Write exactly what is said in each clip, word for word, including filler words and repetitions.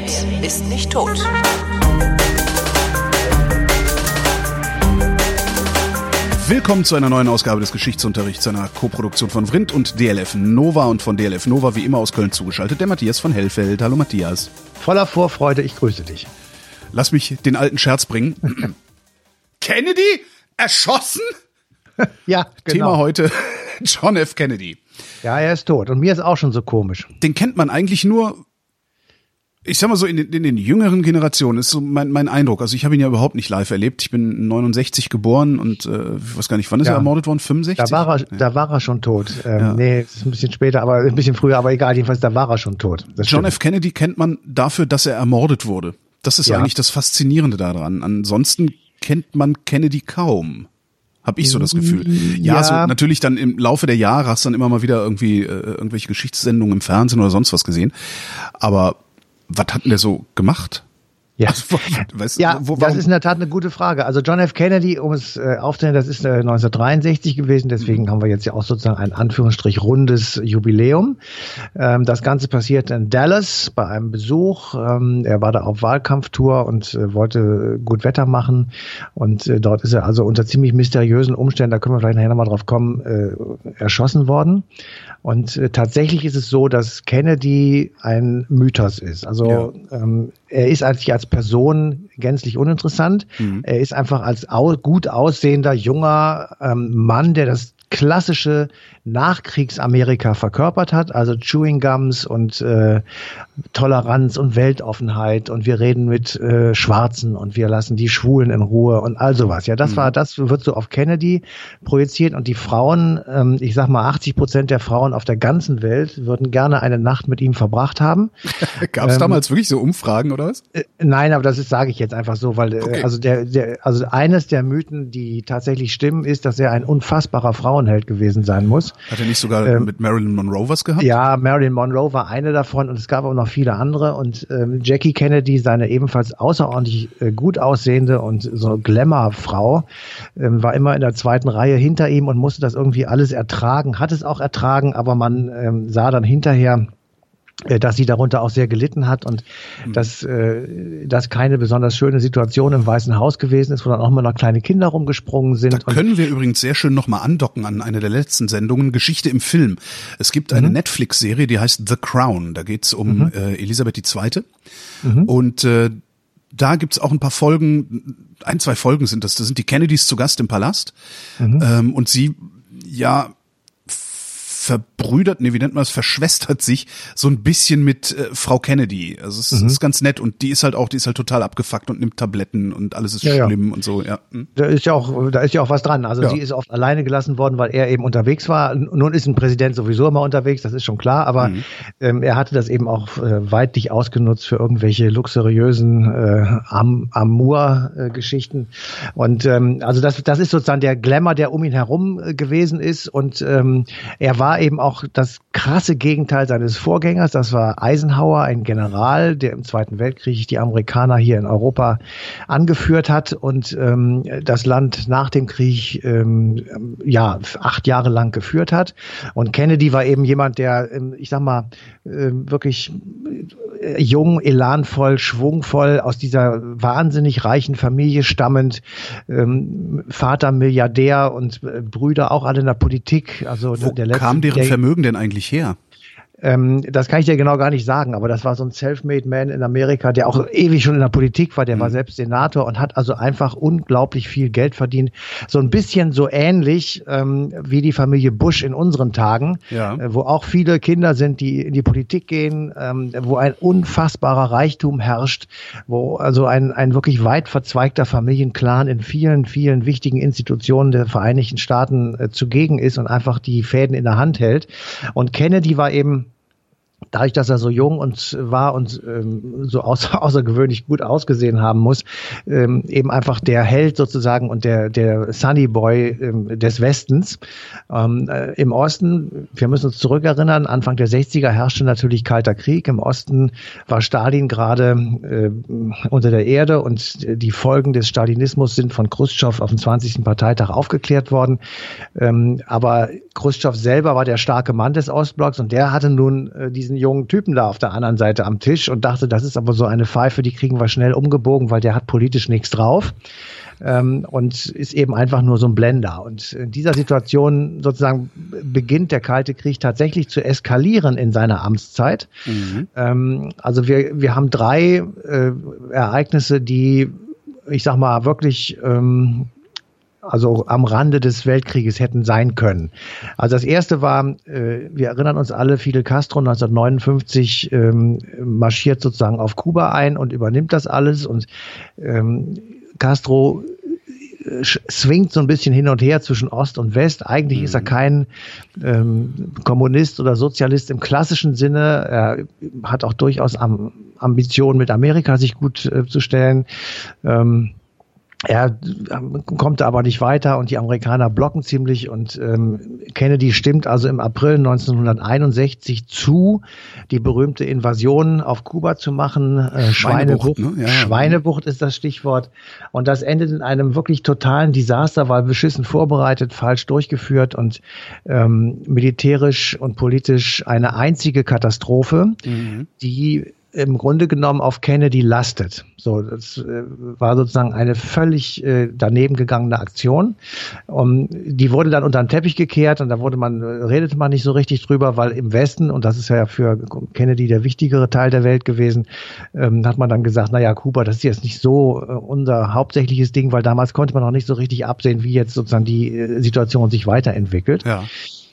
redet, ist nicht tot. Willkommen zu einer neuen Ausgabe des Geschichtsunterrichts, einer Koproduktion von Vrindt und D L F Nova. Und von D L F Nova wie immer aus Köln zugeschaltet der Matthias von Hellfeld. Hallo Matthias. Voller Vorfreude, ich grüße dich. Lass mich den alten Scherz bringen. Kennedy erschossen? Ja, genau. Thema heute John F. Kennedy. Ja, er ist tot und mir ist auch schon so komisch. Den kennt man eigentlich nur, ich sag mal so, in den, in den jüngeren Generationen ist so mein, mein Eindruck. Also ich habe ihn ja überhaupt nicht live erlebt. Ich bin neunundsechzig geboren und äh, ich weiß gar nicht, wann ist ja. er ermordet worden? fünfundsechzig? Da war er, ja. da war er schon tot. Ähm, ja. Nee, ist ein bisschen später, aber ein bisschen früher, aber egal, jedenfalls, da war er schon tot. Das John stimmt. F. Kennedy kennt man dafür, dass er ermordet wurde. Das ist ja. eigentlich das Faszinierende daran. Ansonsten kennt man Kennedy kaum. Hab ich so das Gefühl. Ja, ja, so natürlich dann im Laufe der Jahre hast du dann immer mal wieder irgendwie äh, irgendwelche Geschichtssendungen im Fernsehen oder sonst was gesehen. Aber was hat denn der so gemacht? Ja, also, weißt, ja wo, das ist in der Tat eine gute Frage. Also John F. Kennedy, um es äh, aufzunehmen, das ist äh, neunzehnhundertdreiundsechzig gewesen, deswegen mhm. haben wir jetzt ja auch sozusagen ein Anführungsstrich rundes Jubiläum. Ähm, das Ganze passierte in Dallas bei einem Besuch. Ähm, er war da auf Wahlkampftour und äh, wollte gut Wetter machen und äh, dort ist er also unter ziemlich mysteriösen Umständen, da können wir vielleicht nachher nochmal drauf kommen, äh, erschossen worden. Und äh, tatsächlich ist es so, dass Kennedy ein Mythos ist. Also ja. ähm, er ist eigentlich als Person gänzlich uninteressant. Mhm. Er ist einfach als au- gut aussehender, junger ähm, Mann, der das klassische Nachkriegsamerika verkörpert hat, also Chewing Gums und äh, Toleranz und Weltoffenheit und wir reden mit äh, Schwarzen und wir lassen die Schwulen in Ruhe und all sowas. Ja, das mhm. war, das wird so auf Kennedy projiziert und die Frauen, ähm, ich sag mal achtzig Prozent der Frauen auf der ganzen Welt würden gerne eine Nacht mit ihm verbracht haben. Gab es ähm, damals wirklich so Umfragen oder was? Äh, nein, aber das ist, sage ich jetzt einfach so, weil äh, okay. also der, der, also eines der Mythen, die tatsächlich stimmen, ist, dass er ein unfassbarer Frauenheld gewesen sein muss. Hat er nicht sogar ähm, mit Marilyn Monroe was gehabt? Ja, Marilyn Monroe war eine davon und es gab auch noch viele andere und ähm, Jackie Kennedy, seine ebenfalls außerordentlich äh, gut aussehende und so Glamour-Frau, ähm, war immer in der zweiten Reihe hinter ihm und musste das irgendwie alles ertragen, hat es auch ertragen, aber man ähm, sah dann hinterher, dass sie darunter auch sehr gelitten hat und mhm. dass äh, das keine besonders schöne Situation im Weißen Haus gewesen ist, wo dann auch mal noch kleine Kinder rumgesprungen sind. Da können wir übrigens sehr schön nochmal andocken an eine der letzten Sendungen, Geschichte im Film. Es gibt eine mhm. Netflix-Serie, die heißt The Crown. Da geht's um mhm. äh, Elisabeth die Zweite. Mhm. Und äh, da gibt's auch ein paar Folgen, ein, zwei Folgen sind das. Das sind die Kennedys zu Gast im Palast. Mhm. Ähm, und sie, ja... verbrüdert, nee, wie nennt man es, verschwestert sich so ein bisschen mit äh, Frau Kennedy. Also es mhm. ist ganz nett und die ist halt auch, die ist halt total abgefuckt und nimmt Tabletten und alles ist ja, schlimm ja. und so, ja. Hm. Da ist ja auch, da ist ja auch was dran. Also ja. sie ist oft alleine gelassen worden, weil er eben unterwegs war. Nun ist ein Präsident sowieso immer unterwegs, das ist schon klar, aber mhm. ähm, er hatte das eben auch äh, weitlich ausgenutzt für irgendwelche luxuriösen äh, Am- Amour-Geschichten. Und ähm, also das, das ist sozusagen der Glamour, der um ihn herum äh, gewesen ist und ähm, er war eben auch das krasse Gegenteil seines Vorgängers. Das war Eisenhower, ein General, der im Zweiten Weltkrieg die Amerikaner hier in Europa angeführt hat und ähm, das Land nach dem Krieg ähm, ja acht Jahre lang geführt hat. Und Kennedy war eben jemand, der, ich sag mal, wirklich jung, elanvoll, schwungvoll, aus dieser wahnsinnig reichen Familie stammend, ähm, Vater Milliardär und äh, Brüder auch alle in der Politik. Also Wo der letzte, kam deren der, Vermögen denn eigentlich her? Ähm, das kann ich dir genau gar nicht sagen, aber das war so ein Self-Made Man in Amerika, der auch ewig schon in der Politik war, der mhm. war selbst Senator und hat also einfach unglaublich viel Geld verdient. So ein bisschen so ähnlich ähm, wie die Familie Bush in unseren Tagen, ja. äh, wo auch viele Kinder sind, die in die Politik gehen, ähm, wo ein unfassbarer Reichtum herrscht, wo also ein, ein wirklich weit verzweigter Familienclan in vielen, vielen wichtigen Institutionen der Vereinigten Staaten äh, zugegen ist und einfach die Fäden in der Hand hält. Und Kennedy war eben dadurch, dass er so jung und war und ähm, so außer, außergewöhnlich gut ausgesehen haben muss, ähm, eben einfach der Held sozusagen und der der Sunny Boy ähm, des Westens. Ähm, äh, Im Osten, wir müssen uns zurückerinnern, Anfang der sechziger herrschte natürlich Kalter Krieg. Im Osten war Stalin gerade äh, unter der Erde und die Folgen des Stalinismus sind von Chruschtschow auf dem zwanzigsten Parteitag aufgeklärt worden. Ähm, aber Chruschtschow selber war der starke Mann des Ostblocks und der hatte nun äh, diesen diesen jungen Typen da auf der anderen Seite am Tisch und dachte, das ist aber so eine Pfeife, die kriegen wir schnell umgebogen, weil der hat politisch nichts drauf. Ähm, und ist eben einfach nur so ein Blender. Und in dieser Situation sozusagen beginnt der Kalte Krieg tatsächlich zu eskalieren in seiner Amtszeit. Mhm. Ähm, also wir, wir haben drei äh, Ereignisse, die, ich sag mal, wirklich ähm, also am Rande des Weltkrieges hätten sein können. Also das erste war, äh, wir erinnern uns alle, Fidel Castro neunzehnhundertneunundfünfzig ähm, marschiert sozusagen auf Kuba ein und übernimmt das alles und ähm, Castro swingt so ein bisschen hin und her zwischen Ost und West. Eigentlich mhm. ist er kein ähm, Kommunist oder Sozialist im klassischen Sinne. Er hat auch durchaus Am- Ambitionen, mit Amerika sich gut äh, zu stellen. Ähm, Er kommt aber nicht weiter und die Amerikaner blocken ziemlich und ähm, Kennedy stimmt also im April neunzehnhunderteinundsechzig zu, die berühmte Invasion auf Kuba zu machen. Äh, Schweinebucht, Schweinebucht, ne? Ja. Schweinebucht ist das Stichwort. Und das endet in einem wirklich totalen Desaster, weil beschissen vorbereitet, falsch durchgeführt und ähm, militärisch und politisch eine einzige Katastrophe, mhm. die im Grunde genommen auf Kennedy lastet. So, das äh, war sozusagen eine völlig äh, daneben gegangene Aktion. Um, die wurde dann unter den Teppich gekehrt und da wurde man, redete man nicht so richtig drüber, weil im Westen, und das ist ja für Kennedy der wichtigere Teil der Welt gewesen, ähm, hat man dann gesagt, naja, Kuba, das ist jetzt nicht so äh, unser hauptsächliches Ding, weil damals konnte man noch nicht so richtig absehen, wie jetzt sozusagen die äh, Situation sich weiterentwickelt. Ja.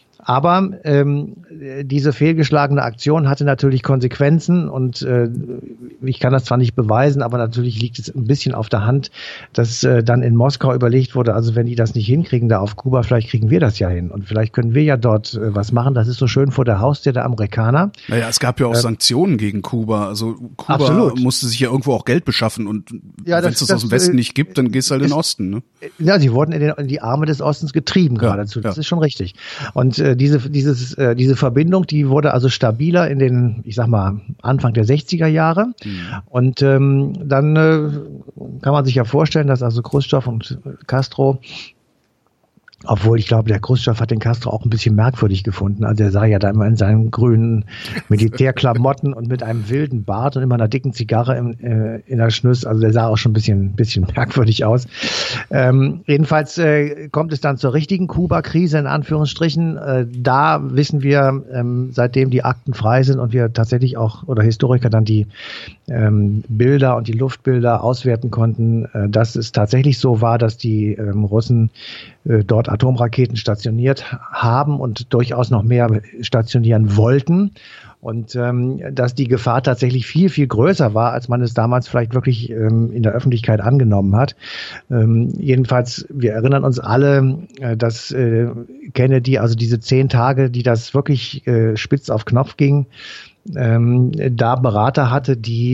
Aber ähm, diese fehlgeschlagene Aktion hatte natürlich Konsequenzen und äh, ich kann das zwar nicht beweisen, aber natürlich liegt es ein bisschen auf der Hand, dass äh, dann in Moskau überlegt wurde, also wenn die das nicht hinkriegen da auf Kuba, vielleicht kriegen wir das ja hin und vielleicht können wir ja dort äh, was machen. Das ist so schön vor der Haustür der Amerikaner. Naja, es gab ja auch äh, Sanktionen gegen Kuba. Also Kuba absolut. Musste sich ja irgendwo auch Geld beschaffen und ja, wenn es das, das aus dem Westen äh, nicht gibt, dann gehst du halt in den Osten. Ne? Ja, sie wurden in, den, in die Arme des Ostens getrieben ja, geradezu. Das ja. ist schon richtig. Und äh, diese dieses äh, diese Verbindung, die wurde also stabiler in den, ich sag mal, Anfang der sechziger Jahre. Mhm. Und ähm, dann äh, kann man sich ja vorstellen, dass also Chruschtschow und Castro, obwohl ich glaube, der Chruschtschow hat den Castro auch ein bisschen merkwürdig gefunden. Also er sah ja da immer in seinen grünen Militärklamotten und mit einem wilden Bart und immer einer dicken Zigarre im, äh, in der Schnüss. Also der sah auch schon ein bisschen, bisschen merkwürdig aus. Ähm, jedenfalls äh, kommt es dann zur richtigen Kuba-Krise in Anführungsstrichen. Äh, da wissen wir, ähm, seitdem die Akten frei sind und wir tatsächlich auch, oder Historiker dann die ähm, Bilder und die Luftbilder auswerten konnten, äh, dass es tatsächlich so war, dass die ähm, Russen äh, dort Atomraketen stationiert haben und durchaus noch mehr stationieren wollten. Und ähm, dass die Gefahr tatsächlich viel, viel größer war, als man es damals vielleicht wirklich ähm, in der Öffentlichkeit angenommen hat. Ähm, jedenfalls, wir erinnern uns alle, äh, dass äh, Kennedy, also diese zehn Tage, die das wirklich äh, spitz auf Knopf ging, ähm, da Berater hatte, die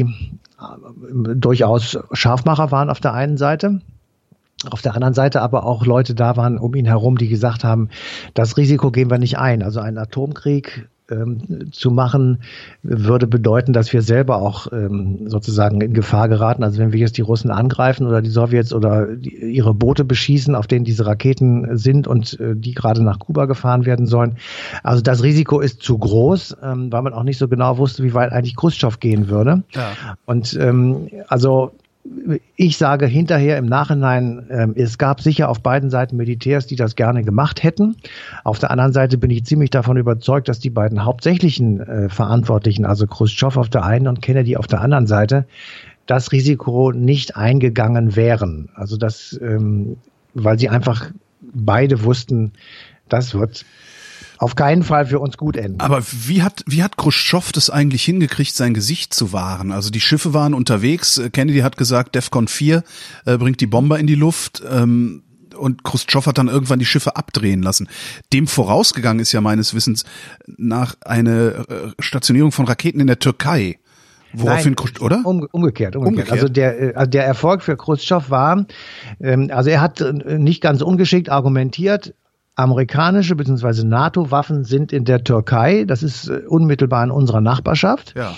äh, durchaus Scharfmacher waren auf der einen Seite. Auf der anderen Seite aber auch Leute da waren um ihn herum, die gesagt haben, das Risiko gehen wir nicht ein. Also einen Atomkrieg ähm, zu machen, würde bedeuten, dass wir selber auch ähm, sozusagen in Gefahr geraten. Also wenn wir jetzt die Russen angreifen oder die Sowjets oder die, ihre Boote beschießen, auf denen diese Raketen sind und äh, die gerade nach Kuba gefahren werden sollen. Also das Risiko ist zu groß, ähm, weil man auch nicht so genau wusste, wie weit eigentlich Chruschtschow gehen würde. Ja. Und ähm, also ich sage hinterher im Nachhinein, äh, es gab sicher auf beiden Seiten Militärs, die das gerne gemacht hätten. Auf der anderen Seite bin ich ziemlich davon überzeugt, dass die beiden hauptsächlichen äh, Verantwortlichen, also Chruschtschow auf der einen und Kennedy auf der anderen Seite, das Risiko nicht eingegangen wären. Also das, ähm, weil sie einfach beide wussten, das wird auf keinen Fall für uns gut enden. Aber wie hat wie hat Chruschtschow das eigentlich hingekriegt, sein Gesicht zu wahren? Also die Schiffe waren unterwegs. Kennedy hat gesagt, DEFCON vier äh, bringt die Bomber in die Luft. Ähm, und Chruschtschow hat dann irgendwann die Schiffe abdrehen lassen. Dem vorausgegangen ist ja meines Wissens nach eine äh, Stationierung von Raketen in der Türkei. Woraufhin, Nein, oder? Um, umgekehrt, umgekehrt. umgekehrt. Also der, also der Erfolg für Chruschtschow war, ähm, also er hat nicht ganz ungeschickt argumentiert, amerikanische bzw. NATO-Waffen sind in der Türkei. Das ist äh, unmittelbar in unserer Nachbarschaft. Ja.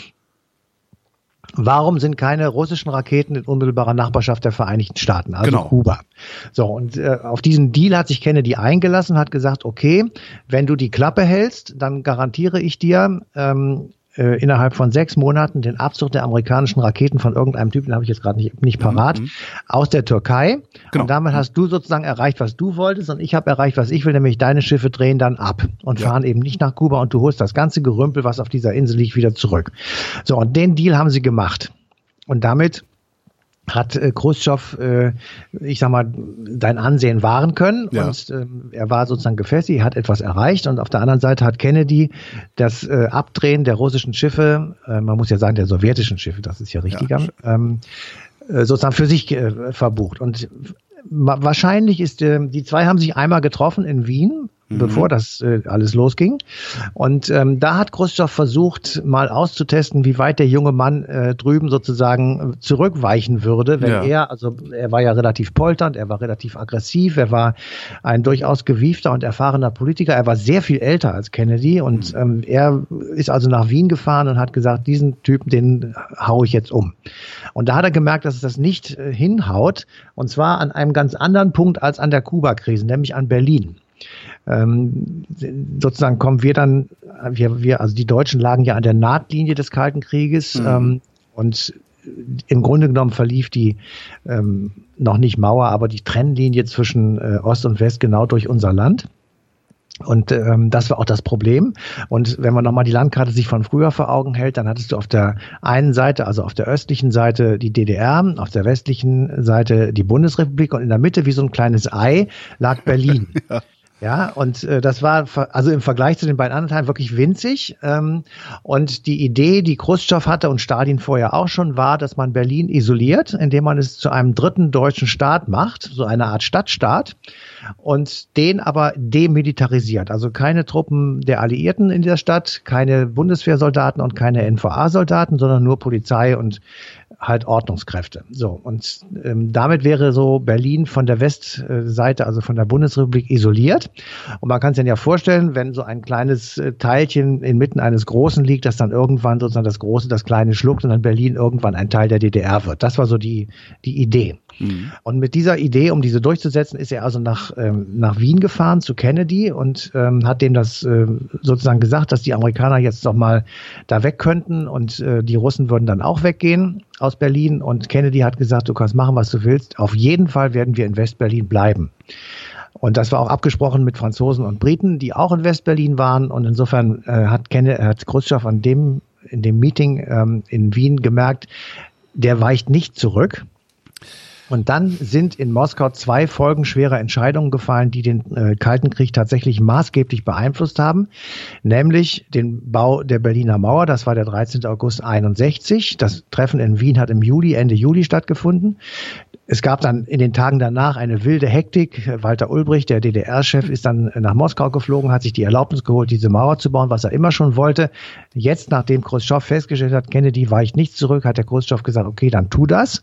Warum sind keine russischen Raketen in unmittelbarer Nachbarschaft der Vereinigten Staaten, also genau. Kuba? So, und äh, auf diesen Deal hat sich Kennedy eingelassen, hat gesagt, okay, wenn du die Klappe hältst, dann garantiere ich dir, ähm, äh, innerhalb von sechs Monaten den Abzug der amerikanischen Raketen von irgendeinem Typen, den habe ich jetzt gerade nicht, nicht parat, mhm. aus der Türkei. Genau. Und damit hast du sozusagen erreicht, was du wolltest, und ich habe erreicht, was ich will, nämlich deine Schiffe drehen dann ab und ja. fahren eben nicht nach Kuba, und du holst das ganze Gerümpel, was auf dieser Insel liegt, wieder zurück. So, und den Deal haben sie gemacht. Und damit hat äh, Chruschtschow, äh, ich sag mal, sein Ansehen wahren können, ja. und äh, er war sozusagen gefestigt, hat etwas erreicht, und auf der anderen Seite hat Kennedy das äh, Abdrehen der russischen Schiffe, äh, man muss ja sagen, der sowjetischen Schiffe, das ist ja richtiger, ja. ähm, äh, sozusagen für sich äh, verbucht. Und wahrscheinlich ist, äh, die zwei haben sich einmal getroffen in Wien, mhm. bevor das äh, alles losging. Und ähm, da hat Chruschtschow versucht, mal auszutesten, wie weit der junge Mann äh, drüben sozusagen zurückweichen würde, wenn ja. er, also er war ja relativ polternd, er war relativ aggressiv, er war ein durchaus gewiefter und erfahrener Politiker, er war sehr viel älter als Kennedy, und mhm. ähm, er ist also nach Wien gefahren und hat gesagt, diesen Typen, den hau ich jetzt um. Und da hat er gemerkt, dass es das nicht äh, hinhaut, und zwar an einem ganz anderen Punkt als an der Kuba-Krise, nämlich an Berlin. Ähm, sozusagen kommen wir dann, wir, wir, also die Deutschen lagen ja an der Nahtlinie des Kalten Krieges, mhm. ähm, und im Grunde genommen verlief die ähm, noch nicht Mauer, aber die Trennlinie zwischen äh, Ost und West genau durch unser Land. Und ähm, das war auch das Problem. Und wenn man nochmal die Landkarte sich von früher vor Augen hält, dann hattest du auf der einen Seite, also auf der östlichen Seite die D D R, auf der westlichen Seite die Bundesrepublik, und in der Mitte wie so ein kleines Ei lag Berlin. ja. Ja, und äh, das war also im Vergleich zu den beiden anderen Teilen wirklich winzig. Ähm, und die Idee, die Chruschtschow hatte und Stalin vorher auch schon, war, dass man Berlin isoliert, indem man es zu einem dritten deutschen Staat macht, so eine Art Stadtstaat, und den aber demilitarisiert. Also keine Truppen der Alliierten in der Stadt, keine Bundeswehrsoldaten und keine N V A-Soldaten, sondern nur Polizei und halt Ordnungskräfte. So, und ähm, damit wäre so Berlin von der Westseite, also von der Bundesrepublik, isoliert. Und man kann sich dann ja vorstellen, wenn so ein kleines Teilchen inmitten eines Großen liegt, dass dann irgendwann sozusagen das Große das Kleine schluckt und dann Berlin irgendwann ein Teil der D D R wird. Das war so die die Idee. Mhm. Und mit dieser Idee, um diese durchzusetzen, ist er also nach ähm, nach Wien gefahren zu Kennedy und ähm, hat dem das äh, sozusagen gesagt, dass die Amerikaner jetzt doch mal da weg könnten und äh, die Russen würden dann auch weggehen aus Berlin. Und Kennedy hat gesagt, du kannst machen, was du willst. Auf jeden Fall werden wir in Westberlin bleiben. Und das war auch abgesprochen mit Franzosen und Briten, die auch in Westberlin waren. Und insofern äh, hat, Kennedy, hat Chruschtschow an dem, in dem Meeting ähm, in Wien gemerkt, der weicht nicht zurück. Und dann sind in Moskau zwei folgenschwere Entscheidungen gefallen, die den äh, Kalten Krieg tatsächlich maßgeblich beeinflusst haben, nämlich den Bau der Berliner Mauer. Das war der dreizehnten August einundsechzig. Das Treffen in Wien hat im Juli, Ende Juli stattgefunden. Es gab dann in den Tagen danach eine wilde Hektik. Walter Ulbricht, der D D R-Chef, ist dann nach Moskau geflogen, hat sich die Erlaubnis geholt, diese Mauer zu bauen, was er immer schon wollte. Jetzt, nachdem Chruschtschow festgestellt hat, Kennedy weicht nicht zurück, hat der Chruschtschow gesagt, okay, dann tu das.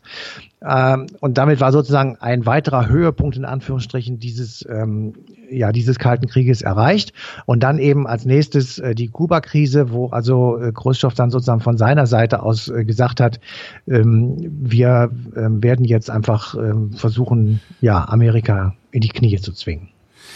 Und damit war sozusagen ein weiterer Höhepunkt in Anführungsstrichen dieses, ähm, ja, dieses Kalten Krieges erreicht. Und dann eben als nächstes äh, die Kuba-Krise, wo also äh, Chruschtschow dann sozusagen von seiner Seite aus äh, gesagt hat, ähm, wir äh, werden jetzt einfach äh, versuchen, ja, Amerika in die Knie zu zwingen.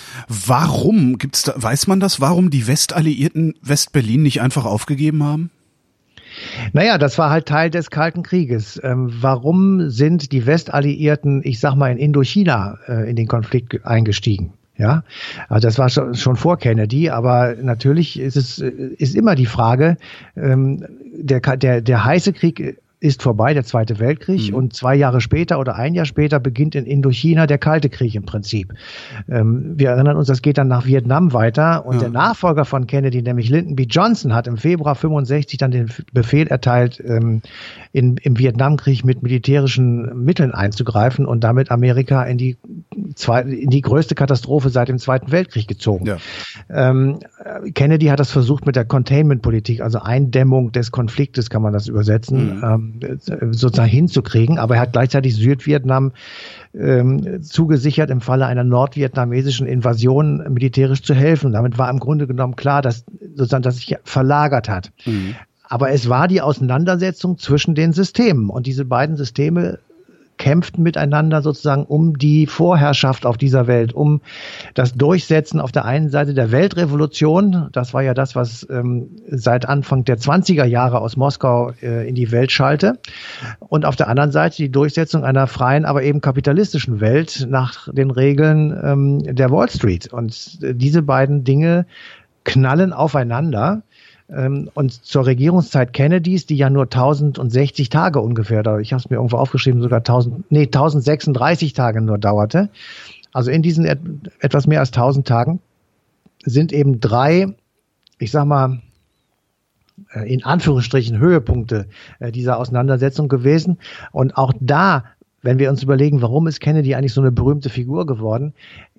Warum gibt's da, weiß man das, warum die Westalliierten West-Berlin nicht einfach aufgegeben haben? Naja, das war halt Teil des Kalten Krieges. Ähm, warum sind die Westalliierten, ich sag mal, in Indochina äh, in den Konflikt eingestiegen? Ja, also das war schon, schon vor Kennedy, aber natürlich ist es ist immer die Frage, ähm, der, der, der heiße Krieg ist vorbei, der Zweite Weltkrieg, mhm. und zwei Jahre später oder ein Jahr später beginnt in Indochina der Kalte Krieg im Prinzip. Ähm, wir erinnern uns, das geht dann nach Vietnam weiter und ja. der Nachfolger von Kennedy, nämlich Lyndon B. Johnson, hat im Februar fünfundsechzig dann den Befehl erteilt, ähm, in, im Vietnamkrieg mit militärischen Mitteln einzugreifen und damit Amerika in die, zwei, in die größte Katastrophe seit dem Zweiten Weltkrieg gezogen. Ja. Ähm, Kennedy hat das versucht mit der Containment-Politik, also Eindämmung des Konfliktes, kann man das übersetzen, mhm. ähm, sozusagen hinzukriegen, aber er hat gleichzeitig Südvietnam ähm, zugesichert, im Falle einer nordvietnamesischen Invasion militärisch zu helfen. Damit war im Grunde genommen klar, dass sozusagen das sich verlagert hat. Mhm. Aber es war die Auseinandersetzung zwischen den Systemen und diese beiden Systeme kämpften miteinander sozusagen um die Vorherrschaft auf dieser Welt, um das Durchsetzen auf der einen Seite der Weltrevolution, das war ja das, was ähm, seit Anfang der zwanziger Jahre aus Moskau äh, in die Welt schallte, und auf der anderen Seite die Durchsetzung einer freien, aber eben kapitalistischen Welt nach den Regeln ähm, der Wall Street. Und äh, diese beiden Dinge knallen aufeinander. Und zur Regierungszeit Kennedys, die ja nur tausendsechzig Tage ungefähr, ich habe es mir irgendwo aufgeschrieben, sogar tausend, nee, tausendsechsunddreißig Tage nur dauerte. Also in diesen et- etwas mehr als tausend Tagen sind eben drei, ich sag mal, in Anführungsstrichen Höhepunkte dieser Auseinandersetzung gewesen. Und auch da, wenn wir uns überlegen, warum ist Kennedy eigentlich so eine berühmte Figur geworden,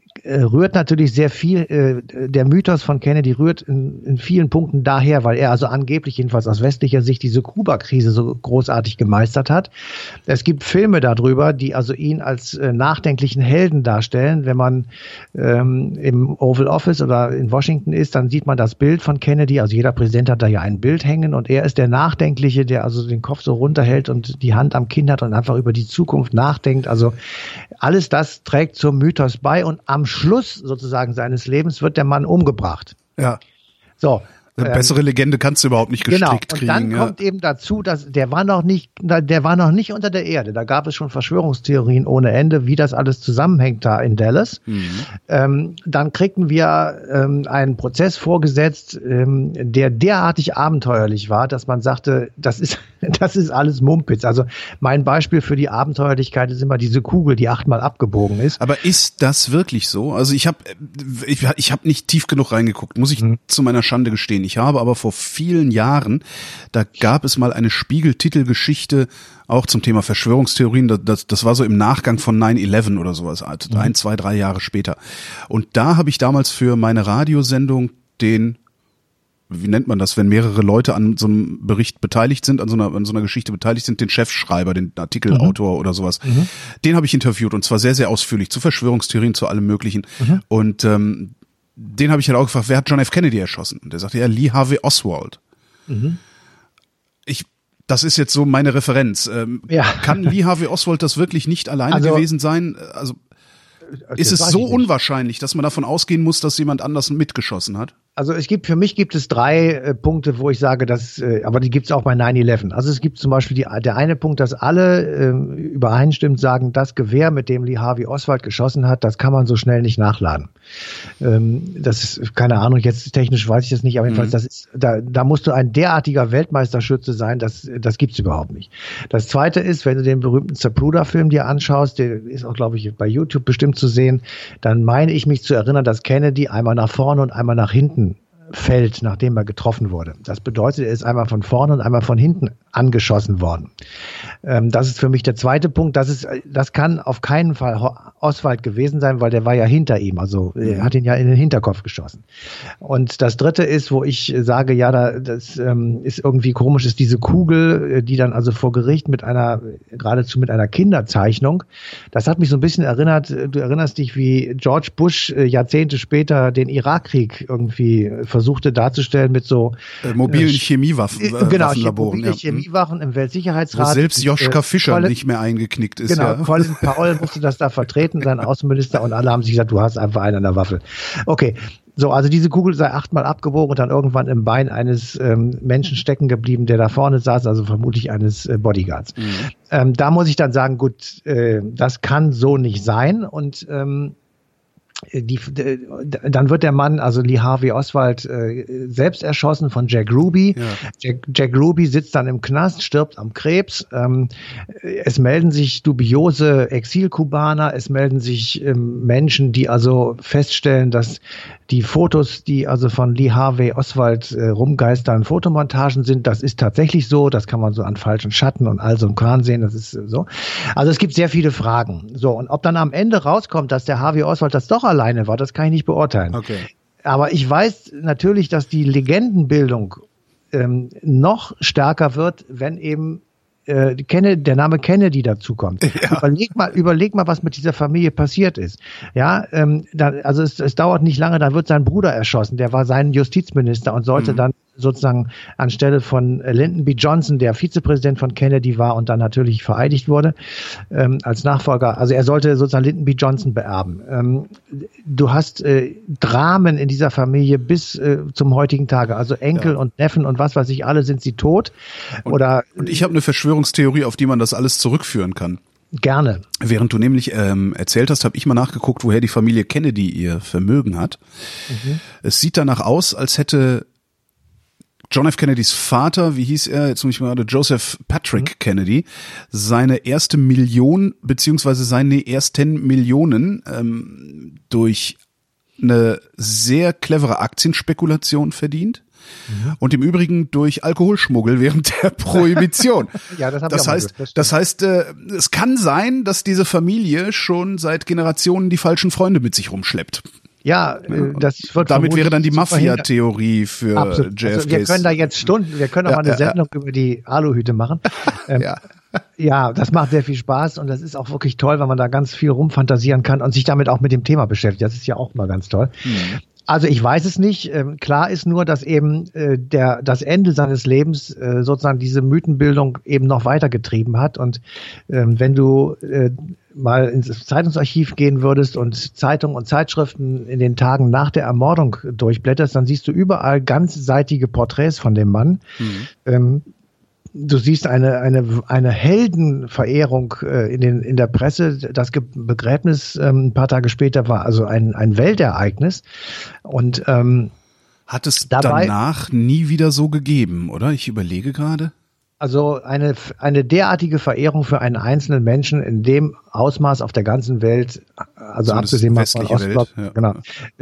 rührt natürlich sehr viel, äh, der Mythos von Kennedy rührt in, in vielen Punkten daher, weil er also angeblich jedenfalls aus westlicher Sicht diese Kuba-Krise so großartig gemeistert hat. Es gibt Filme darüber, die also ihn als äh, nachdenklichen Helden darstellen. Wenn man ähm, im Oval Office oder in Washington ist, dann sieht man das Bild von Kennedy. Also jeder Präsident hat da ja ein Bild hängen, und er ist der Nachdenkliche, der also den Kopf so runterhält und die Hand am Kinn hat und einfach über die Zukunft nachdenkt. Also alles das trägt zum Mythos bei, und am Schluss sozusagen seines Lebens wird der Mann umgebracht. Ja. So. Eine bessere Legende kannst du überhaupt nicht gestrickt kriegen. Genau. Und dann ja. kommt eben dazu, dass der war noch nicht, der war noch nicht unter der Erde. Da gab es schon Verschwörungstheorien ohne Ende, wie das alles zusammenhängt da in Dallas. Mhm. Ähm, dann kriegten wir ähm, einen Prozess vorgesetzt, ähm, der derartig abenteuerlich war, dass man sagte, das ist, das ist alles Mumpitz. Also mein Beispiel für die Abenteuerlichkeit ist immer diese Kugel, die achtmal abgebogen ist. Aber ist das wirklich so? Also ich habe ich, ich hab nicht tief genug reingeguckt, muss ich mhm. zu meiner Schande gestehen. Ich habe aber vor vielen Jahren, da gab es mal eine Spiegel-Titelgeschichte auch zum Thema Verschwörungstheorien. Das, das, das war so im Nachgang von nine eleven oder sowas, also mhm. ein, zwei, drei Jahre später. Und da habe ich damals für meine Radiosendung den, wie nennt man das, wenn mehrere Leute an so einem Bericht beteiligt sind, an so einer, an so einer Geschichte beteiligt sind, den Chefschreiber, den Artikelautor mhm. oder sowas. Mhm. Den habe ich interviewt, und zwar sehr, sehr ausführlich zu Verschwörungstheorien, zu allem Möglichen. Mhm. Und ähm, den habe ich halt auch gefragt, wer hat John F. Kennedy erschossen? Und der sagte, ja, Lee Harvey Oswald. Mhm. Ich, das ist jetzt so meine Referenz. Ähm, ja. Kann Lee Harvey Oswald das wirklich nicht alleine also, gewesen sein? Also ist es so unwahrscheinlich, dass man davon ausgehen muss, dass jemand anders mitgeschossen hat? Also es gibt, für mich gibt es drei äh, Punkte, wo ich sage, dass, äh, aber die gibt es auch bei nine eleven. Also es gibt zum Beispiel die, der eine Punkt, dass alle äh, übereinstimmend sagen, das Gewehr, mit dem Lee Harvey Oswald geschossen hat, das kann man so schnell nicht nachladen. Ähm, das ist, keine Ahnung, jetzt technisch weiß ich das nicht, aber jedenfalls, mhm. das ist, da, da musst du ein derartiger Weltmeisterschütze sein, das, das gibt's überhaupt nicht. Das zweite ist, wenn du den berühmten Zapruder-Film dir anschaust, der ist auch, glaube ich, bei YouTube bestimmt zu sehen, dann meine ich mich zu erinnern, dass Kennedy einmal nach vorne und einmal nach hinten fällt, nachdem er getroffen wurde. Das bedeutet, er ist einmal von vorne und einmal von hinten angeschossen worden. Ähm, das ist für mich der zweite Punkt. Das ist, das kann auf keinen Fall Oswald gewesen sein, weil der war ja hinter ihm. Also er hat ihn ja in den Hinterkopf geschossen. Und das dritte ist, wo ich sage, ja, da, das ähm, ist irgendwie komisch, ist diese Kugel, die dann also vor Gericht mit einer, geradezu mit einer Kinderzeichnung, das hat mich so ein bisschen erinnert, du erinnerst dich, wie George Bush äh, Jahrzehnte später den Irakkrieg irgendwie versuchte darzustellen mit so äh, mobilen äh, Chemiewaffen. Äh, genau, mobile ja. Chemiewaffen im Weltsicherheitsrat. Wo selbst Joschka Fischer Colin, nicht mehr eingeknickt ist. Genau, ja. Colin Powell musste das da vertreten, sein Außenminister, und alle haben sich gesagt, du hast einfach einen an der Waffe. Okay, so, also diese Kugel sei achtmal abgebogen und dann irgendwann im Bein eines ähm, Menschen stecken geblieben, der da vorne saß, also vermutlich eines äh, Bodyguards. Mhm. Ähm, da muss ich dann sagen, gut, äh, das kann so nicht sein, und ähm, Die, dann wird der Mann, also Lee Harvey Oswald, äh, selbst erschossen von Jack Ruby. Ja. Jack, Jack Ruby sitzt dann im Knast, stirbt am Krebs. Ähm, es melden sich dubiose Exilkubaner, es melden sich ähm, Menschen, die also feststellen, dass die Fotos, die also von Lee Harvey Oswald äh, rumgeistern, Fotomontagen sind. Das ist tatsächlich so, das kann man so an falschen Schatten und all so einem Kran sehen, das ist so. Also es gibt sehr viele Fragen. So, und ob dann am Ende rauskommt, dass der Harvey Oswald das doch alleine war, das kann ich nicht beurteilen. Okay. Aber ich weiß natürlich, dass die Legendenbildung ähm, noch stärker wird, wenn eben äh, Kennedy, der Name Kennedy dazukommt. Ja. Überleg mal, überleg mal, was mit dieser Familie passiert ist. Ja, ähm, da, also es, es dauert nicht lange, dann wird sein Bruder erschossen. Der war sein Justizminister und sollte mhm. dann sozusagen anstelle von Lyndon B. Johnson, der Vizepräsident von Kennedy war und dann natürlich vereidigt wurde, ähm, als Nachfolger. Also er sollte sozusagen Lyndon B. Johnson beerben. Ähm, du hast äh, Dramen in dieser Familie bis äh, zum heutigen Tage. Also Enkel ja. und Neffen und was weiß ich, alle sind sie tot. Und, Oder, und ich habe eine Verschwörungstheorie, auf die man das alles zurückführen kann. Gerne. Während du nämlich ähm, erzählt hast, habe ich mal nachgeguckt, woher die Familie Kennedy ihr Vermögen hat. Mhm. Es sieht danach aus, als hätte John F. Kennedys Vater, wie hieß er, jetzt muss ich mal gerade, Joseph Patrick mhm. Kennedy, seine erste Million beziehungsweise seine ersten Millionen ähm, durch eine sehr clevere Aktienspekulation verdient. Mhm. Und im Übrigen durch Alkoholschmuggel während der Prohibition. ja, das, das heißt, das, das heißt, äh, es kann sein, dass diese Familie schon seit Generationen die falschen Freunde mit sich rumschleppt. Ja, äh, das wird damit wäre dann die Mafia-Theorie für Absolut. J F K. Also wir können da jetzt Stunden, wir können auch ja, mal eine ja, Sendung ja. über die Aluhüte machen. Ähm, ja. ja, das macht sehr viel Spaß und das ist auch wirklich toll, weil man da ganz viel rumfantasieren kann und sich damit auch mit dem Thema beschäftigt. Das ist ja auch mal ganz toll. Mhm. Also ich weiß es nicht. Ähm, klar ist nur, dass eben äh, der das Ende seines Lebens äh, sozusagen diese Mythenbildung eben noch weitergetrieben hat. Und ähm, wenn du äh, mal ins Zeitungsarchiv gehen würdest und Zeitungen und Zeitschriften in den Tagen nach der Ermordung durchblätterst, dann siehst du überall ganzseitige Porträts von dem Mann. Mhm. Ähm, Du siehst eine eine eine Heldenverehrung äh, in den in der Presse. Das Ge- Begräbnis ähm, ein paar Tage später war also ein ein Weltereignis und ähm, hat es dabei, danach nie wieder so gegeben, oder? Ich überlege gerade. Also eine eine derartige Verehrung für einen einzelnen Menschen in dem Ausmaß auf der ganzen Welt, also so abgesehen mal von Ostblock, ja. genau,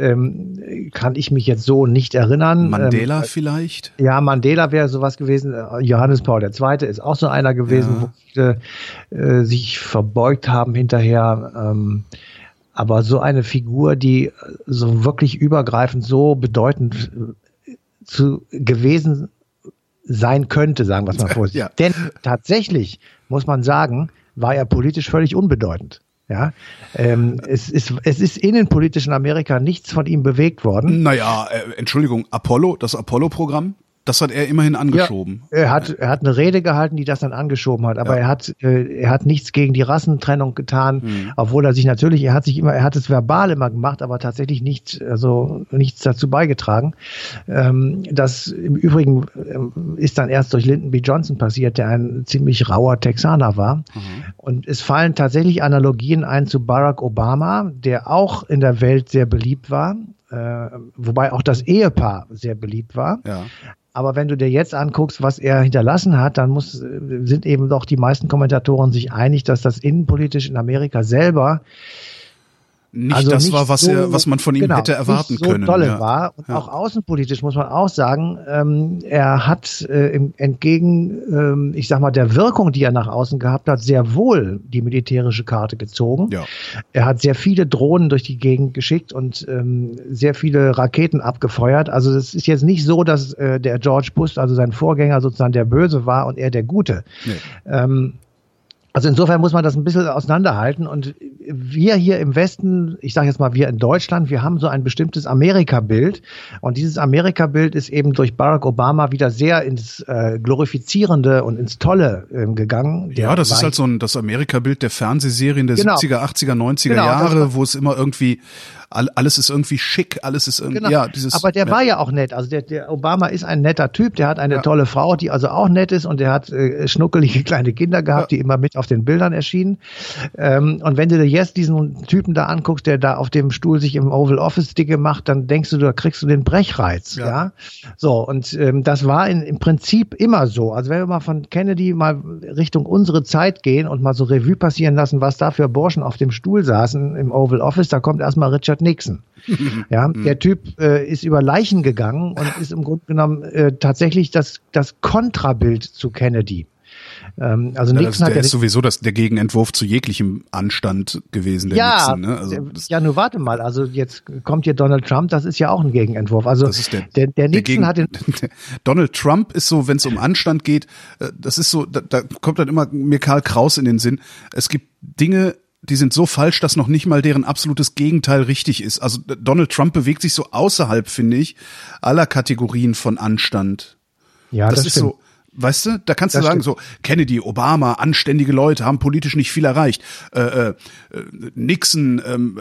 ähm, kann ich mich jetzt so nicht erinnern. Mandela ähm, vielleicht? Ja, Mandela wäre sowas gewesen. Johannes Paul der Zweite ist auch so einer gewesen, ja. wo viele äh, sich verbeugt haben hinterher. Ähm, aber so eine Figur, die so wirklich übergreifend so bedeutend äh, zu gewesen sein könnte, sagen wir es mal vorsichtig. Ja. Denn tatsächlich, muss man sagen, war er politisch völlig unbedeutend. Ja, ähm, es ist es ist innenpolitisch in Amerika nichts von ihm bewegt worden. Naja, äh, Entschuldigung, Apollo, das Apollo-Programm, das hat er immerhin angeschoben. Ja, er hat er hat eine Rede gehalten, die das dann angeschoben hat, aber ja. er hat äh, er hat nichts gegen die Rassentrennung getan, mhm. obwohl er sich natürlich, er hat sich immer, er hat es verbal immer gemacht, aber tatsächlich nicht, also nichts dazu beigetragen. Ähm, das im Übrigen äh, ist dann erst durch Lyndon B. Johnson passiert, der ein ziemlich rauer Texaner war. Mhm. Und es fallen tatsächlich Analogien ein zu Barack Obama, der auch in der Welt sehr beliebt war, äh, wobei auch das Ehepaar sehr beliebt war. Ja. Aber wenn du dir jetzt anguckst, was er hinterlassen hat, dann muss, sind eben doch die meisten Kommentatoren sich einig, dass das innenpolitisch in Amerika selber nicht also das nicht war, was so, er, was man von ihm genau, hätte erwarten nicht so können. Dolle ja. war. Und ja. auch außenpolitisch muss man auch sagen, ähm, er hat äh, im, entgegen, ähm, ich sag mal, der Wirkung, die er nach außen gehabt hat, sehr wohl die militärische Karte gezogen. Ja. Er hat sehr viele Drohnen durch die Gegend geschickt und ähm, sehr viele Raketen abgefeuert. Also es ist jetzt nicht so, dass äh, der George Bush, also sein Vorgänger, sozusagen der Böse war und er der Gute. Nee. Ähm, Also insofern muss man das ein bisschen auseinanderhalten und wir hier im Westen, ich sage jetzt mal wir in Deutschland, wir haben so ein bestimmtes Amerika-Bild und dieses Amerika-Bild ist eben durch Barack Obama wieder sehr ins äh, Glorifizierende und ins Tolle äh, gegangen. Ja, das ist halt so ein das Amerika-Bild der Fernsehserien der genau. siebziger, achtziger, neunziger genau, Jahre, wo es immer irgendwie alles ist irgendwie schick, alles ist irgendwie, genau. ja, dieses. Aber der ja. war ja auch nett. Also der, der Obama ist ein netter Typ, der hat eine ja. tolle Frau, die also auch nett ist und der hat äh, schnuckelige kleine Kinder gehabt, ja. die immer mit auf den Bildern erschienen. Ähm, und wenn du dir jetzt diesen Typen da anguckst, der da auf dem Stuhl sich im Oval Office dicke macht, dann denkst du, da kriegst du den Brechreiz, ja. ja? So, und ähm, das war in, im Prinzip immer so. Also wenn wir mal von Kennedy mal Richtung unsere Zeit gehen und mal so Revue passieren lassen, was da für Burschen auf dem Stuhl saßen im Oval Office, da kommt erstmal Richard Nixon. Ja, der Typ äh, ist über Leichen gegangen und ist im Grunde genommen äh, tatsächlich das, das Kontrabild zu Kennedy. Ähm, also ja, Nixon das, der hat ist ja sowieso das, der Gegenentwurf zu jeglichem Anstand gewesen, der ja, Nixon. Ne? Also der, ja, nur warte mal, also jetzt kommt hier Donald Trump, das ist ja auch ein Gegenentwurf. Also das ist der, der, der Nixon der hat den Donald Trump ist so, wenn es um Anstand geht, das ist so, da, da kommt dann immer mir Karl Kraus in den Sinn. Es gibt Dinge, die sind so falsch, dass noch nicht mal deren absolutes Gegenteil richtig ist. Also Donald Trump bewegt sich so außerhalb, finde ich, aller Kategorien von Anstand. Ja, das, das ist stimmt. so, weißt du, da kannst Das du sagen, stimmt. so Kennedy, Obama, anständige Leute, haben politisch nicht viel erreicht. Äh, äh, Nixon, ähm,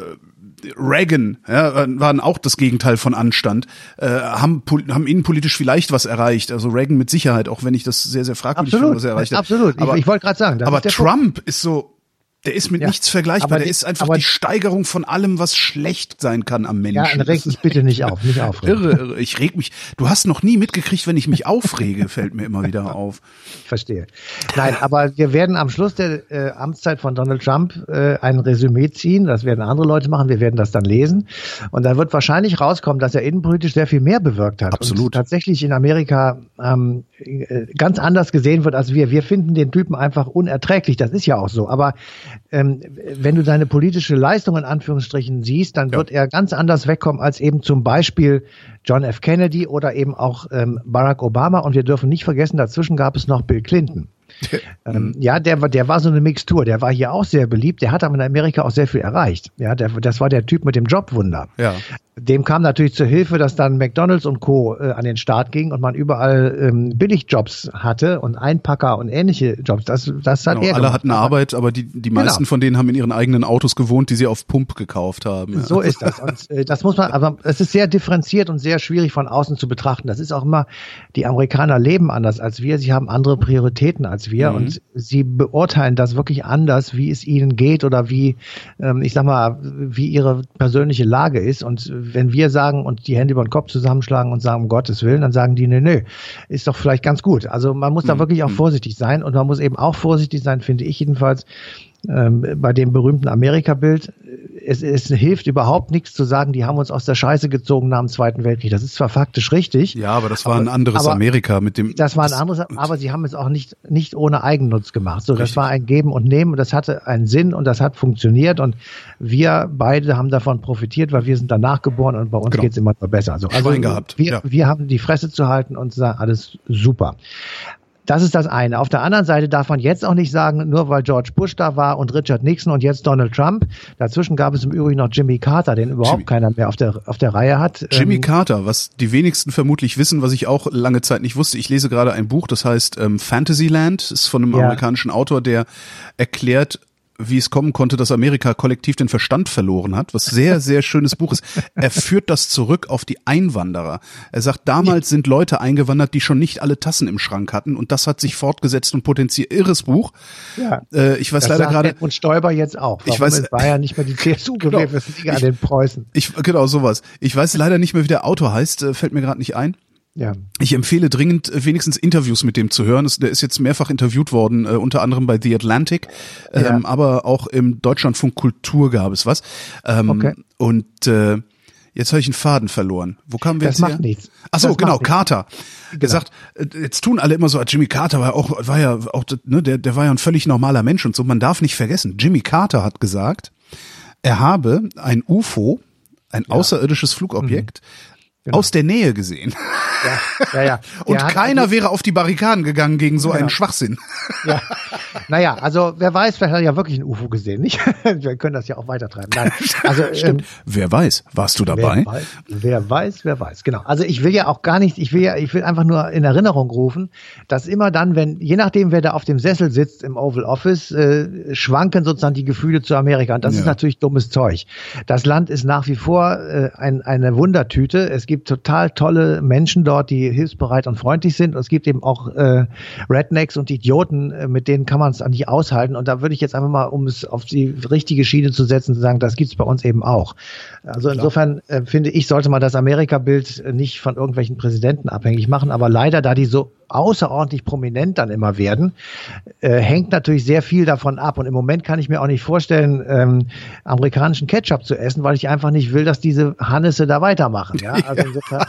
Reagan, ja, waren auch das Gegenteil von Anstand, äh, haben, haben innenpolitisch vielleicht was erreicht. Also Reagan mit Sicherheit, auch wenn ich das sehr, sehr fragwürdig Absolut, finde, was er erreicht hat. absolut. Aber, ich ich wollte gerade sagen, das aber ist der Trump Punkt. ist so, der ist mit Ja, nichts vergleichbar. aber Der die- ist einfach aber- die Steigerung von allem, was schlecht sein kann am Menschen. Ja, dann reg dich bitte nicht auf, nicht aufregen. Irre, irre. Ich reg mich. Du hast noch nie mitgekriegt, wenn ich mich aufrege, fällt mir immer wieder auf. Ich verstehe. Nein, aber wir werden am Schluss der äh, Amtszeit von Donald Trump äh, ein Resümee ziehen. Das werden andere Leute machen. Wir werden das dann lesen. Und da wird wahrscheinlich rauskommen, dass er innenpolitisch sehr viel mehr bewirkt hat. Absolut. Und tatsächlich in Amerika ähm, äh, ganz anders gesehen wird als wir. Wir finden den Typen einfach unerträglich. Das ist ja auch so. Aber ähm, wenn du seine politische Leistung in Anführungsstrichen siehst, dann Ja. wird er ganz anders wegkommen als eben zum Beispiel John F. Kennedy oder eben auch ähm, Barack Obama. Und wir dürfen nicht vergessen, dazwischen gab es noch Bill Clinton. ähm, ja, der war, der war so eine Mixtur. Der war hier auch sehr beliebt. Der hat aber in Amerika auch sehr viel erreicht. Ja, der, das war der Typ mit dem Jobwunder. Ja. Dem kam natürlich zur Hilfe, dass dann McDonald's und Co. Äh, an den Start ging und man überall ähm, Billigjobs hatte und Einpacker und ähnliche Jobs. Das, das hat Genau, er alle gemacht. hatten Aber Arbeit, aber die, die meisten Genau. von denen haben in ihren eigenen Autos gewohnt, die sie auf Pump gekauft haben. Ja. So ist das. Und äh, das muss man, aber es ist sehr differenziert und sehr schwierig von außen zu betrachten. Das ist auch immer, die Amerikaner leben anders als wir. Sie haben andere Prioritäten als wir Mhm. und sie beurteilen das wirklich anders, wie es ihnen geht oder wie, ähm, ich sag mal, wie ihre persönliche Lage ist. Und wenn wir sagen und die Hände über den Kopf zusammenschlagen und sagen, um Gottes Willen, dann sagen die, nee, nee, ist doch vielleicht ganz gut. Also man muss da Mhm. wirklich auch vorsichtig sein und man muss eben auch vorsichtig sein, finde ich jedenfalls, ähm, bei dem berühmten Amerika-Bild. Es, es hilft überhaupt nichts zu sagen, die haben uns aus der Scheiße gezogen nach dem Zweiten Weltkrieg. Das ist zwar faktisch richtig. Ja, aber das war aber, ein anderes aber, Amerika mit dem. Das war ein anderes, aber sie haben es auch nicht, nicht ohne Eigennutz gemacht. So, Richtig. das war ein Geben und Nehmen und das hatte einen Sinn und das hat funktioniert und wir beide haben davon profitiert, weil wir sind danach geboren und bei uns Genau. geht's immer noch besser. Also, also Schwein gehabt, wir, ja. wir haben die Fresse zu halten und sagen, alles super. Das ist das eine. Auf der anderen Seite darf man jetzt auch nicht sagen, nur weil George Bush da war und Richard Nixon und jetzt Donald Trump. Dazwischen gab es im Übrigen noch Jimmy Carter, den überhaupt Jimmy. keiner mehr auf der, auf der Reihe hat. Jimmy Ähm, Carter, was die wenigsten vermutlich wissen, was ich auch lange Zeit nicht wusste. Ich lese gerade ein Buch, das heißt ähm, Fantasyland, ist von einem Ja. amerikanischen Autor, der erklärt, wie es kommen konnte, dass Amerika kollektiv den Verstand verloren hat, was sehr, sehr schönes Buch ist. Er führt das zurück auf die Einwanderer. Er sagt, damals sind Leute eingewandert, die schon nicht alle Tassen im Schrank hatten und das hat sich fortgesetzt und potenziert. Irres Buch. Ja. Äh, ich weiß Das leider sagt gerade... Edmund Stoiber jetzt auch. Ich Warum weiß- es war ja nicht mehr die C S U Genau. gewählt, es liegt an den Preußen. Ich, genau, sowas. Ich weiß leider nicht mehr, wie der Autor heißt, äh, fällt mir gerade nicht ein. Ja. Ich empfehle dringend, äh, wenigstens Interviews mit dem zu hören. Es- Der ist jetzt mehrfach interviewt worden, äh, unter anderem bei The Atlantic, ähm, Ja. aber auch im Deutschlandfunk Kultur gab es was. Ähm, Okay. Und äh, jetzt habe ich einen Faden verloren. Wo kamen wir Das jetzt macht her? nichts. Ach so, Das genau, macht nichts. Carter. Gesagt, äh, jetzt tun alle immer so, Jimmy Carter war auch, war ja auch, ne, der, der war ja ein völlig normaler Mensch und so. Man darf nicht vergessen, Jimmy Carter hat gesagt, er habe ein U F O, ein außerirdisches Flugobjekt, Genau. aus der Nähe gesehen. Ja, ja, ja. Und Der hat- keiner wäre auf die Barrikaden gegangen gegen so Genau. einen Schwachsinn. Ja. Naja, also wer weiß, vielleicht hat er ja wirklich ein U F O gesehen, nicht? Wir können das ja auch weitertreiben. Nein, also ähm, Wer weiß, warst du dabei? Wer weiß, wer weiß, wer weiß. Genau. Also ich will ja auch gar nicht, ich will ja, ich will einfach nur in Erinnerung rufen, dass immer dann, wenn, je nachdem, wer da auf dem Sessel sitzt im Oval Office, äh, schwanken sozusagen die Gefühle zu Amerika. Und das Ja. ist natürlich dummes Zeug. Das Land ist nach wie vor äh, ein, eine Wundertüte. Es gibt total tolle Menschen dort, die hilfsbereit und freundlich sind. Und es gibt eben auch äh, Rednecks und Idioten, äh, mit denen kann man es nicht aushalten. Und da würde ich jetzt einfach mal, um es auf die richtige Schiene zu setzen, zu sagen, das gibt's bei uns eben auch. Also insofern äh, finde ich, sollte man das Amerika-Bild äh, nicht von irgendwelchen Präsidenten abhängig machen. Aber leider, da die so außerordentlich prominent dann immer werden, äh, hängt natürlich sehr viel davon ab. Und im Moment kann ich mir auch nicht vorstellen, ähm, amerikanischen Ketchup zu essen, weil ich einfach nicht will, dass diese Hannisse da weitermachen. Ja, also insofern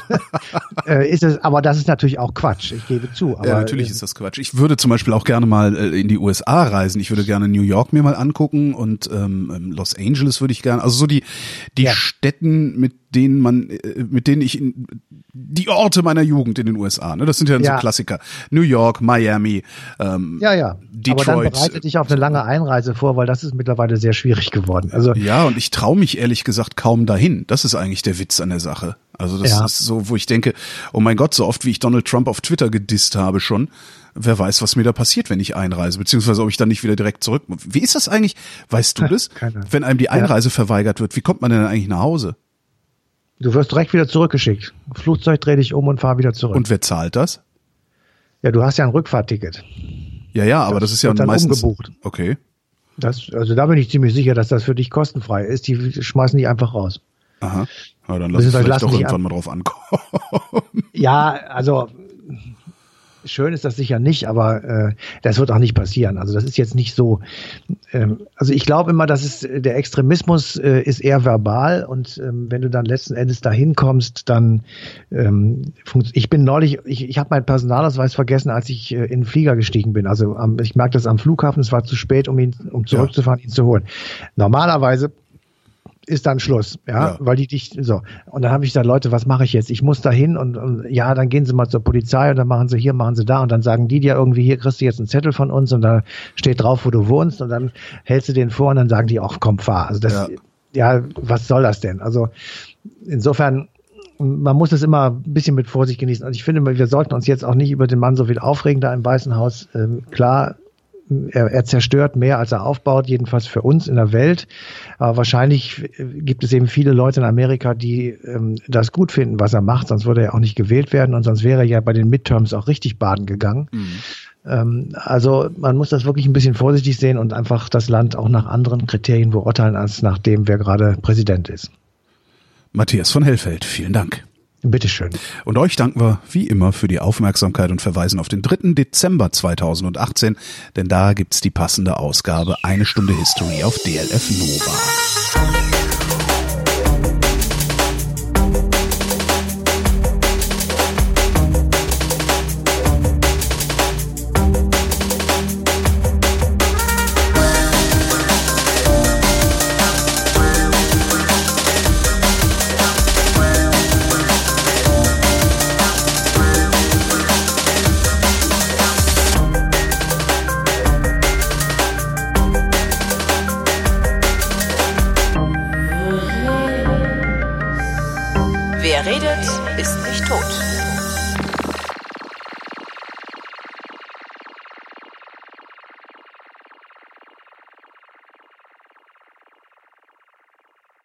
äh, ist es, aber das ist natürlich auch Quatsch. Ich gebe zu. Aber, Ja, natürlich äh, ist das Quatsch. Ich würde zum Beispiel auch gerne mal äh, in die U S A reisen. Ich würde gerne New York mir mal angucken und ähm, Los Angeles würde ich gerne. Also so die die Ja. Städten, mit denen man, äh, mit denen ich in die Orte meiner Jugend in den U S A. Ne, das sind ja, Ja. so Klassiker. Klassiker. New York, Miami, ähm, ja, ja. Detroit. Aber dann bereite dich auf eine lange Einreise vor, weil das ist mittlerweile sehr schwierig geworden. Also ja, und ich traue mich ehrlich gesagt kaum dahin. Das ist eigentlich der Witz an der Sache. Also das ja. ist so, wo ich denke, oh mein Gott, so oft wie ich Donald Trump auf Twitter gedisst habe schon, wer weiß, was mir da passiert, wenn ich einreise, beziehungsweise ob ich dann nicht wieder direkt zurück. Wie ist das eigentlich? Weißt du das? Keine. Wenn einem die Einreise ja. verweigert wird, wie kommt man denn eigentlich nach Hause? Du wirst direkt wieder zurückgeschickt. Flugzeug, dreh dich um und fahr wieder zurück. Und wer zahlt das? Ja, du hast ja ein Rückfahrtticket. Ja, ja, aber das, das ist ja dann meistens umgebucht. Okay. Das, also da bin ich ziemlich sicher, dass das für dich kostenfrei ist. Die schmeißen dich einfach raus. Aha. Ja, dann lass ich vielleicht doch irgendwann an- mal drauf ankommen. Ja, also schön ist das sicher nicht, aber äh, das wird auch nicht passieren. Also das ist jetzt nicht so. Ähm, also ich glaube immer, dass es der Extremismus äh, ist eher verbal und ähm, wenn du dann letzten Endes dahin kommst, dann ähm, funkt- ich bin neulich, ich, ich habe meinen Personalausweis vergessen, als ich äh, in den Flieger gestiegen bin. Also am, ich merke das am Flughafen, es war zu spät, um ihn, um zurückzufahren, ja. ihn zu holen. Normalerweise ist dann Schluss, ja, ja, weil die dich so. Und dann habe ich gesagt, Leute, was mache ich jetzt? Ich muss da hin und, und ja, dann gehen Sie mal zur Polizei und dann machen Sie hier, machen Sie da und dann sagen die dir irgendwie, hier kriegst du jetzt einen Zettel von uns und da steht drauf, wo du wohnst und dann hältst du den vor und dann sagen die, ach komm, fahr. Also das, ja, ja was soll das denn? Also insofern, man muss es immer ein bisschen mit Vorsicht genießen. Und ich finde, wir sollten uns jetzt auch nicht über den Mann so viel aufregen da im Weißen Haus. Ähm, klar, Er, er zerstört mehr, als er aufbaut, jedenfalls für uns in der Welt. Aber wahrscheinlich gibt es eben viele Leute in Amerika, die ähm, das gut finden, was er macht. Sonst würde er auch nicht gewählt werden und sonst wäre er ja bei den Midterms auch richtig baden gegangen. Mhm. Ähm, also man muss das wirklich ein bisschen vorsichtig sehen und einfach das Land auch nach anderen Kriterien beurteilen, als nach dem, wer gerade Präsident ist. Matthias von Hellfeld, vielen Dank. Bitteschön. Und euch danken wir wie immer für die Aufmerksamkeit und verweisen auf den dritten Dezember zweitausendachtzehn, denn da gibt's die passende Ausgabe Eine Stunde History auf D L F Nova. Wer redet, ist nicht tot.